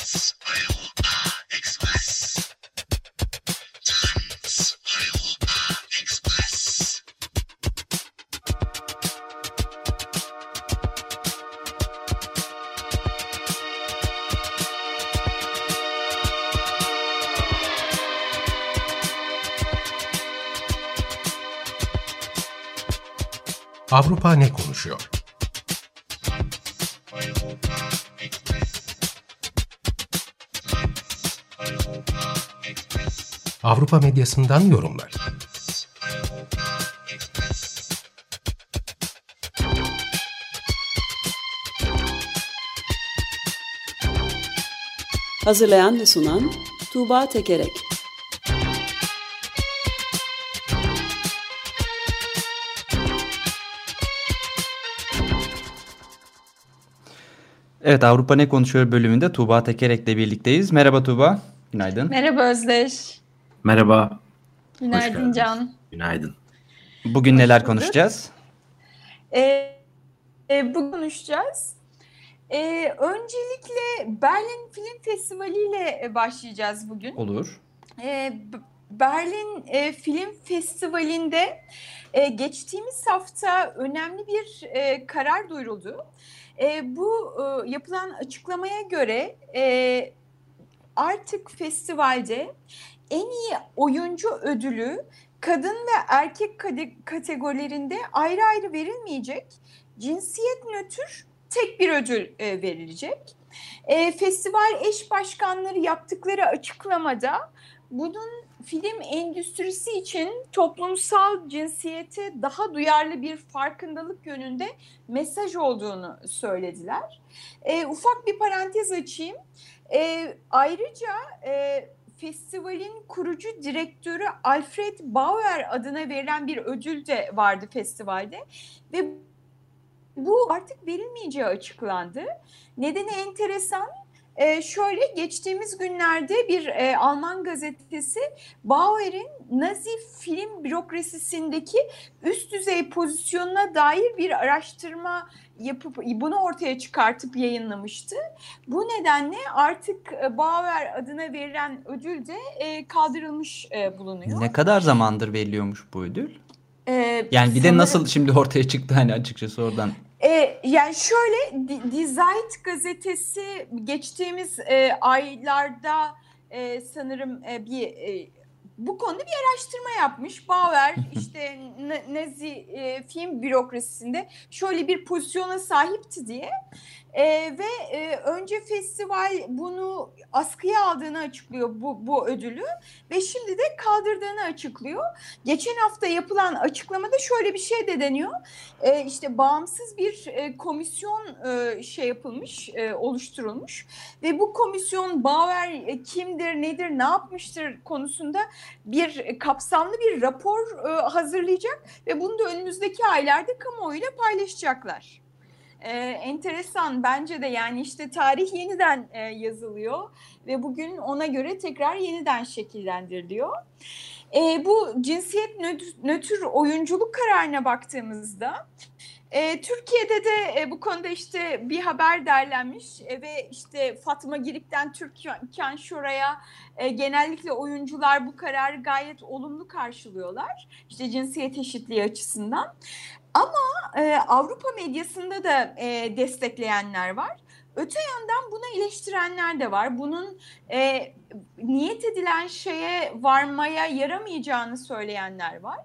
Avrupa ne konuşuyor? Avrupa medyasından yorumlar. Hazırlayan ve sunan Tuğba Tekerek. Evet, Avrupa Ne Konuşuyor bölümünde Tuğba Tekerek'le birlikteyiz. Merhaba Tuğba. Günaydın. Merhaba Özdeş. Merhaba. Günaydın Can. Günaydın. Bugün neler konuşacağız? Bugün konuşacağız. Öncelikle Berlin Film Festivali ile başlayacağız bugün. Olur. Berlin Film Festivali'nde geçtiğimiz hafta önemli bir karar duyuruldu. Bu yapılan açıklamaya göre artık festivalde en iyi oyuncu ödülü kadın ve erkek kategorilerinde ayrı ayrı verilmeyecek, cinsiyet nötr tek bir ödül verilecek. Festival eş başkanları yaptıkları açıklamada bunun film endüstrisi için toplumsal cinsiyete daha duyarlı bir farkındalık yönünde mesaj olduğunu söylediler. Ufak bir parantez açayım. Ayrıca festivalin kurucu direktörü Alfred Bauer adına verilen bir ödül de vardı festivalde ve bu artık verilmeyeceği açıklandı. Nedeni enteresan. Şöyle geçtiğimiz günlerde bir Alman gazetesi Bauer'in Nazi film bürokrasisindeki üst düzey pozisyonuna dair bir araştırma yapıp bunu ortaya çıkartıp yayınlamıştı. Bu nedenle artık Bauer adına verilen ödül de kaldırılmış bulunuyor. Ne kadar zamandır veriliyormuş bu ödül? Yani bir sanırım... de nasıl şimdi ortaya çıktı hani açıkçası oradan? Yani şöyle Die Zeit gazetesi geçtiğimiz aylarda sanırım bu konuda bir araştırma yapmış. Bauer işte Nazi film bürokrasisinde şöyle bir pozisyona sahipti diye ve önce festival bunu askıya aldığını açıklıyor bu ödülü ve şimdi de kaldırdığını açıklıyor. Geçen hafta yapılan açıklamada şöyle bir şey de deniyor. İşte bağımsız bir komisyon oluşturulmuş ve bu komisyon Bauer kimdir, nedir, ne yapmıştır konusunda bir kapsamlı bir rapor hazırlayacak ve bunu da önümüzdeki aylarda kamuoyuyla paylaşacaklar. Enteresan bence de, yani işte tarih yeniden yazılıyor ve bugün ona göre tekrar yeniden şekillendiriliyor. Bu cinsiyet nötr oyunculuk kararına baktığımızda Türkiye'de de bu konuda işte bir haber derlenmiş ve işte Fatma Girik'ten Türkan Şoray'a genellikle oyuncular bu kararı gayet olumlu karşılıyorlar. İşte cinsiyet eşitliği açısından. Ama Avrupa medyasında da destekleyenler var. Öte yandan buna eleştirenler de var. Bunun niyet edilen şeye varmaya yaramayacağını söyleyenler var.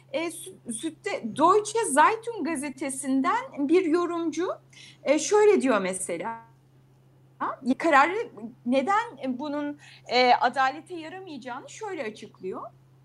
Deutsche Zeitung gazetesinden bir yorumcu şöyle diyor mesela. Kararı neden bunun adalete yaramayacağını şöyle açıklıyor.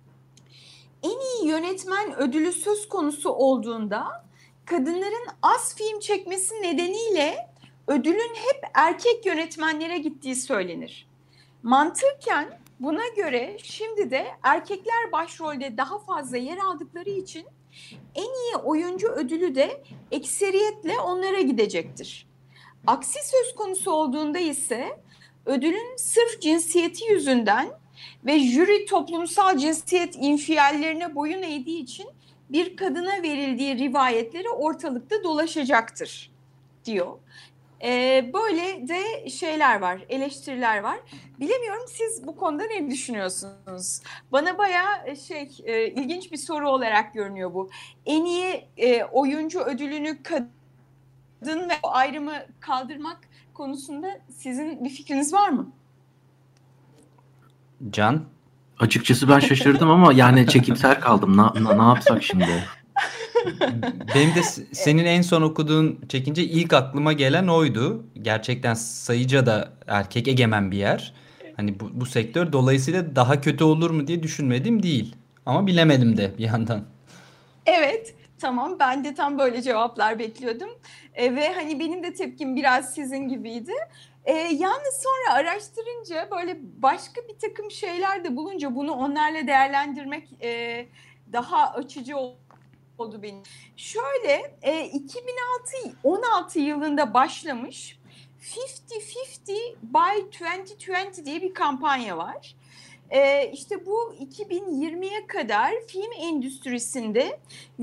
En iyi yönetmen ödülü söz konusu olduğunda kadınların az film çekmesi nedeniyle ödülün hep erkek yönetmenlere gittiği söylenir. Mantıken buna göre şimdi de erkekler başrolde daha fazla yer aldıkları için en iyi oyuncu ödülü de ekseriyetle onlara gidecektir. Aksi söz konusu olduğunda ise ödülün sırf cinsiyeti yüzünden ve jüri toplumsal cinsiyet infiallerine boyun eğdiği için bir kadına verildiği rivayetleri ortalıkta dolaşacaktır diyor. Böyle de şeyler var, eleştiriler var. Bilemiyorum, siz bu konuda ne düşünüyorsunuz? Bana bayağı ilginç bir soru olarak görünüyor bu. En iyi oyuncu ödülünü kadın ve o ayrımı kaldırmak konusunda sizin bir fikriniz var mı? Can? Açıkçası ben şaşırdım ama yani çekimser kaldım. Ne yapsak şimdi? Benim de senin en son okuduğun çekince ilk aklıma gelen oydu. Gerçekten sayıca da erkek egemen bir yer. Hani bu sektör dolayısıyla daha kötü olur mu diye düşünmedim değil. Ama bilemedim de bir yandan. Evet, tamam. Ben de tam böyle cevaplar bekliyordum. Ve hani benim de tepkim biraz sizin gibiydi. Yalnız sonra araştırınca böyle başka bir takım şeyler de bulunca bunu onlarla değerlendirmek daha açıcı oldu benim. Şöyle 2016 yılında başlamış 50-50 by 2020 diye bir kampanya var. İşte bu 2020'ye kadar film endüstrisinde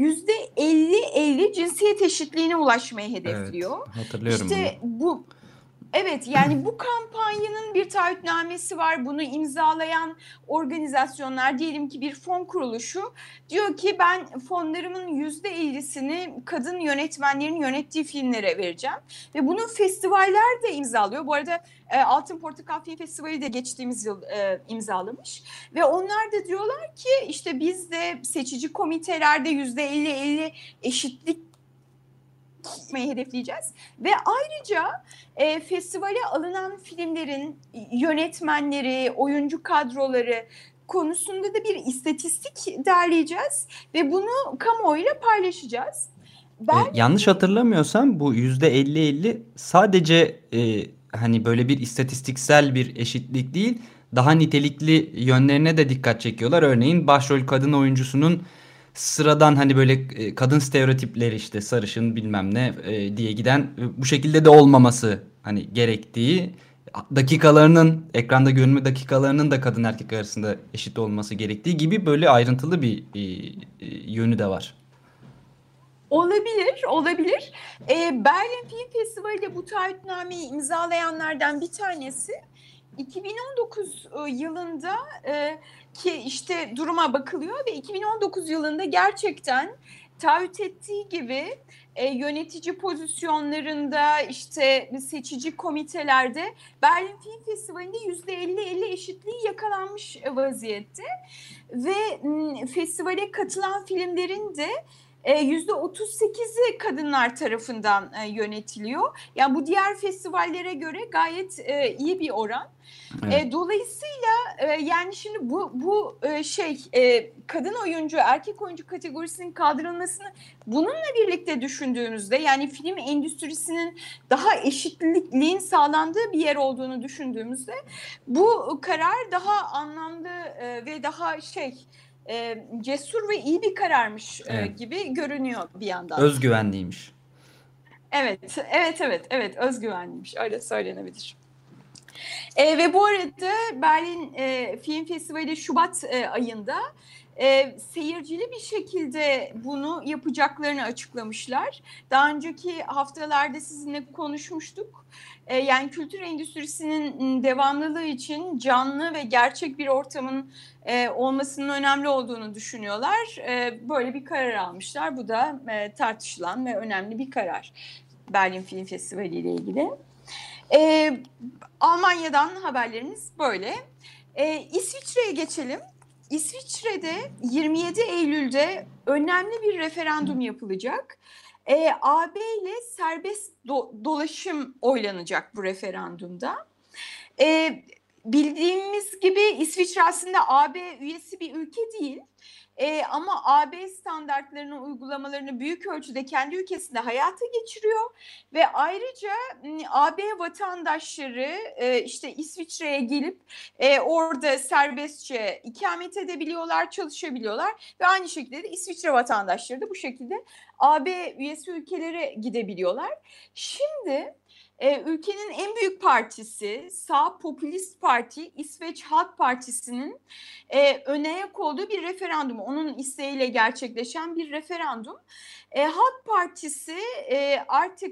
%50-50 cinsiyet eşitliğine ulaşmayı hedefliyor. Evet, hatırlıyorum İşte bunu. evet, yani bu kampanyanın bir taahhütnamesi var. Bunu imzalayan organizasyonlar, diyelim ki bir fon kuruluşu diyor ki ben fonlarımın %50'sini kadın yönetmenlerin yönettiği filmlere vereceğim. Ve bunu festivaller de imzalıyor. Bu arada Altın Portakal Film Festivali de geçtiğimiz yıl imzalamış. Ve onlar da diyorlar ki işte biz de seçici komitelerde %50-50 eşitlik hedefleyeceğiz. Ve ayrıca festivale alınan filmlerin yönetmenleri, oyuncu kadroları konusunda da bir istatistik derleyeceğiz ve bunu kamuoyuyla paylaşacağız. Yanlış hatırlamıyorsam bu %50-50 sadece hani böyle bir istatistiksel bir eşitlik değil, daha nitelikli yönlerine de dikkat çekiyorlar. Örneğin başrol kadın oyuncusunun sıradan hani böyle kadın stereotipleri işte sarışın bilmem ne diye giden bu şekilde de olmaması hani gerektiği, dakikalarının ekranda görünme dakikalarının da kadın erkek arasında eşit olması gerektiği gibi böyle ayrıntılı bir yönü de var. Olabilir. Berlin Film Festivali'de bu taahhütnameyi imzalayanlardan bir tanesi 2019 yılında ki işte duruma bakılıyor ve 2019 yılında gerçekten taahhüt ettiği gibi yönetici pozisyonlarında, işte seçici komitelerde Berlin Film Festivali'nde %50-50 eşitliği yakalanmış vaziyette ve festivale katılan filmlerin de %38'i kadınlar tarafından yönetiliyor. Yani bu diğer festivallere göre gayet iyi bir oran. Evet. Dolayısıyla yani şimdi bu kadın oyuncu, erkek oyuncu kategorisinin kaldırılmasını bununla birlikte düşündüğümüzde, yani film endüstrisinin daha eşitliğin sağlandığı bir yer olduğunu düşündüğümüzde bu karar daha anlamlı ve daha cesur ve iyi bir kararmış gibi görünüyor bir yandan. Özgüvenliymiş. Evet, özgüvenliymiş, öyle söylenebilir. Ve bu arada Berlin Film Festivali Şubat ayında seyircili bir şekilde bunu yapacaklarını açıklamışlar. Daha önceki haftalarda sizinle konuşmuştuk. Yani kültür endüstrisinin devamlılığı için canlı ve gerçek bir ortamın olmasının önemli olduğunu düşünüyorlar. Böyle bir karar almışlar. Bu da tartışılan ve önemli bir karar Berlin Film Festivali ile ilgili. Almanya'dan haberlerimiz böyle. İsviçre'ye geçelim. İsviçre'de 27 Eylül'de önemli bir referandum yapılacak. AB ile serbest dolaşım oylanacak bu referandumda. Bildiğimiz gibi İsviçre aslında AB üyesi bir ülke değil. Ama AB standartlarının uygulamalarını büyük ölçüde kendi ülkesinde hayata geçiriyor ve ayrıca AB vatandaşları işte İsviçre'ye gelip orada serbestçe ikamet edebiliyorlar, çalışabiliyorlar ve aynı şekilde de İsviçre vatandaşları da bu şekilde AB üyesi ülkelere gidebiliyorlar. Şimdi ülkenin en büyük partisi, sağ popülist parti İsveç Halk Partisi'nin öne ayak olduğu bir referandum. Onun isteğiyle gerçekleşen bir referandum. Halk Partisi artık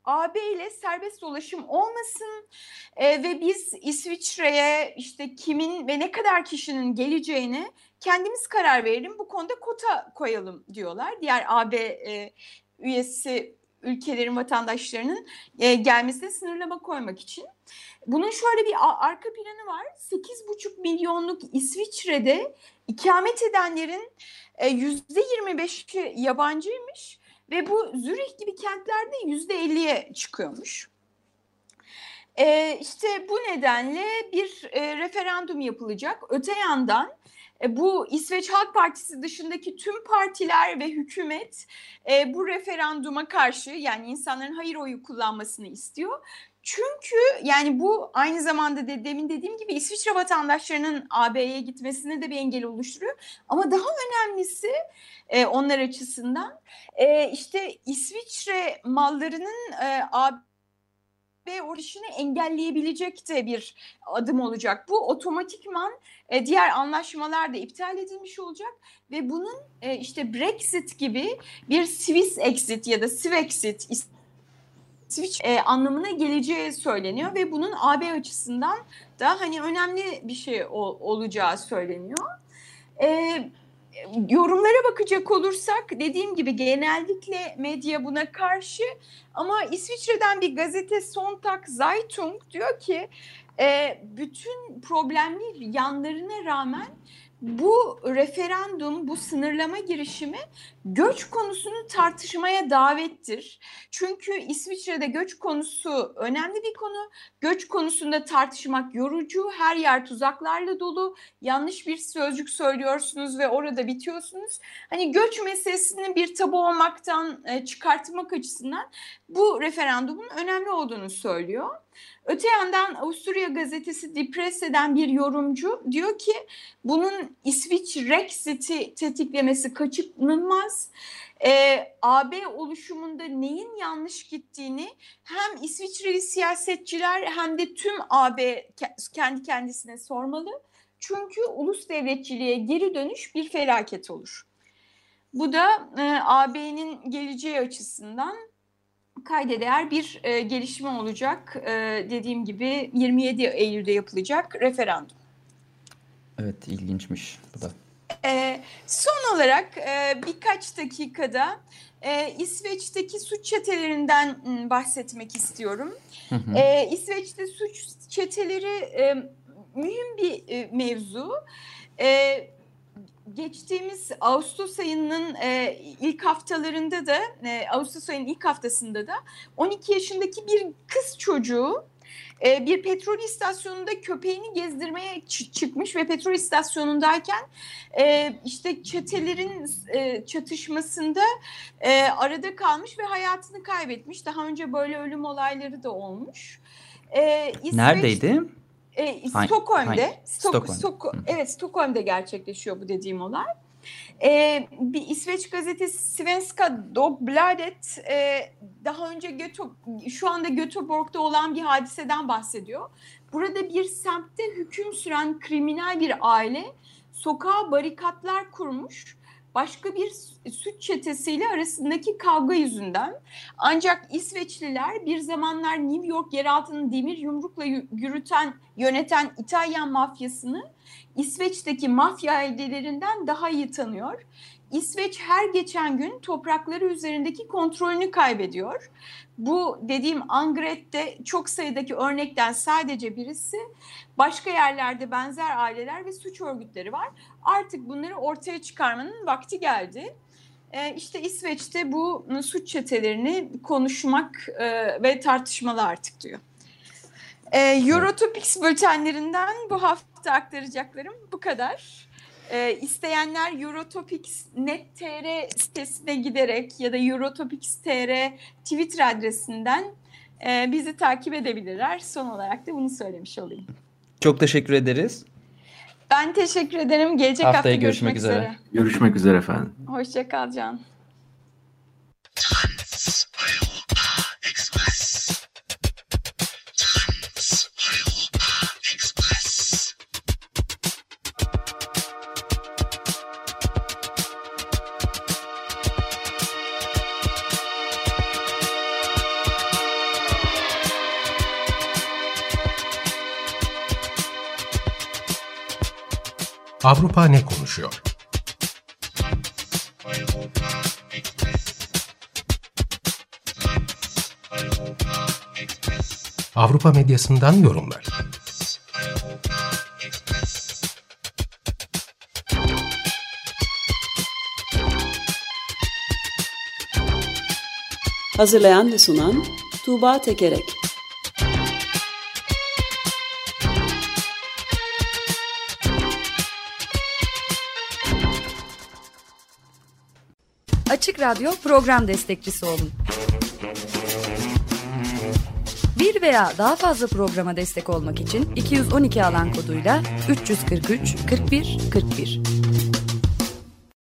AB ile serbest dolaşım olmasın ve biz İsviçre'ye işte kimin ve ne kadar kişinin geleceğine kendimiz karar verelim. Bu konuda kota koyalım diyorlar. Diğer AB üyesi ülkelerin vatandaşlarının gelmesine sınırlama koymak için. Bunun şöyle bir arka planı var. 8,5 milyonluk İsviçre'de ikamet edenlerin %25'i yabancıymış ve bu Zürih gibi kentlerde %50'ye çıkıyormuş. İşte bu nedenle bir referandum yapılacak. Öte yandan bu İsveç Halk Partisi dışındaki tüm partiler ve hükümet bu referanduma karşı, yani insanların hayır oyu kullanmasını istiyor. Çünkü yani bu aynı zamanda demin dediğim gibi İsviçre vatandaşlarının AB'ye gitmesine de bir engel oluşturuyor. Ama daha önemlisi onlar açısından işte İsviçre mallarının AB orişini engelleyebilecek de bir adım olacak. Bu otomatikman diğer anlaşmalar da iptal edilmiş olacak ve bunun işte Brexit gibi bir Swiss exit ya da Swexit İsviç anlamına geleceği söyleniyor ve bunun AB açısından da hani önemli bir şey olacağı söyleniyor. Yorumlara bakacak olursak dediğim gibi genellikle medya buna karşı ama İsviçre'den bir gazete Sonntag Zeitung diyor ki bütün problemli yanlarına rağmen bu referandum, bu sınırlama girişimi göç konusunu tartışmaya davettir. Çünkü İsviçre'de göç konusu önemli bir konu. Göç konusunda tartışmak yorucu, her yer tuzaklarla dolu. Yanlış bir sözcük söylüyorsunuz ve orada bitiyorsunuz. Hani göç meselesini bir tabu olmaktan çıkartmak açısından bu referandumun önemli olduğunu söylüyor. Öte yandan Avusturya gazetesi Die Presse'den bir yorumcu diyor ki bunun İsviç Rexit'i tetiklemesi kaçınılmaz. AB oluşumunda neyin yanlış gittiğini hem İsviçreli siyasetçiler hem de tüm AB kendi kendisine sormalı. Çünkü ulus devletçiliğe geri dönüş bir felaket olur. Bu da AB'nin geleceği açısından kayda değer bir gelişme olacak. Dediğim gibi 27 Eylül'de yapılacak referandum. Evet, ilginçmiş bu da. Son olarak birkaç dakikada İsveç'teki suç çetelerinden bahsetmek istiyorum. İsveç'te suç çeteleri mühim bir mevzu. Geçtiğimiz Ağustos ayının ilk haftalarında da Ağustos ayının ilk haftasında da 12 yaşındaki bir kız çocuğu bir petrol istasyonunda köpeğini gezdirmeye çıkmış ve petrol istasyonundayken işte çetelerin çatışmasında arada kalmış ve hayatını kaybetmiş. Daha önce böyle ölüm olayları da olmuş. Neredeydi? Stockholm'de. Evet, Stockholm'de gerçekleşiyor bu dediğim olay. Bir İsveç gazetesi Svenska Dagbladet daha önce şu anda Göteborg'da olan bir hadiseden bahsediyor. Burada bir semtte hüküm süren kriminal bir aile sokağa barikatlar kurmuş. Başka bir suç çetesiyle arasındaki kavga yüzünden. Ancak İsveçliler bir zamanlar New York yeraltını demir yumrukla yöneten İtalyan mafyasını İsveç'teki mafya ailelerinden daha iyi tanıyor. İsveç her geçen gün toprakları üzerindeki kontrolünü kaybediyor. Bu dediğim Angret'te çok sayıdaki örnekten sadece birisi. Başka yerlerde benzer aileler ve suç örgütleri var. Artık bunları ortaya çıkarmanın vakti geldi. İşte İsveç'te bu suç çetelerini konuşmak ve tartışmalı artık diyor. Eurotopics bültenlerinden bu hafta aktaracaklarım bu kadar. İsteyenler Eurotopics.net.tr sitesine giderek ya da Eurotopics.tr Twitter adresinden bizi takip edebilirler. Son olarak da bunu söylemiş olayım. Çok teşekkür ederiz. Ben teşekkür ederim. Gelecek hafta görüşmek üzere. Görüşmek üzere efendim. Hoşça kal Can. Avrupa ne konuşuyor? Avrupa medyasından yorumlar. Hazırlayan ve sunan Tuğba Tekerek. Açık Radyo program destekçisi olun. Bir veya daha fazla programa destek olmak için 212 alan koduyla 343 41 41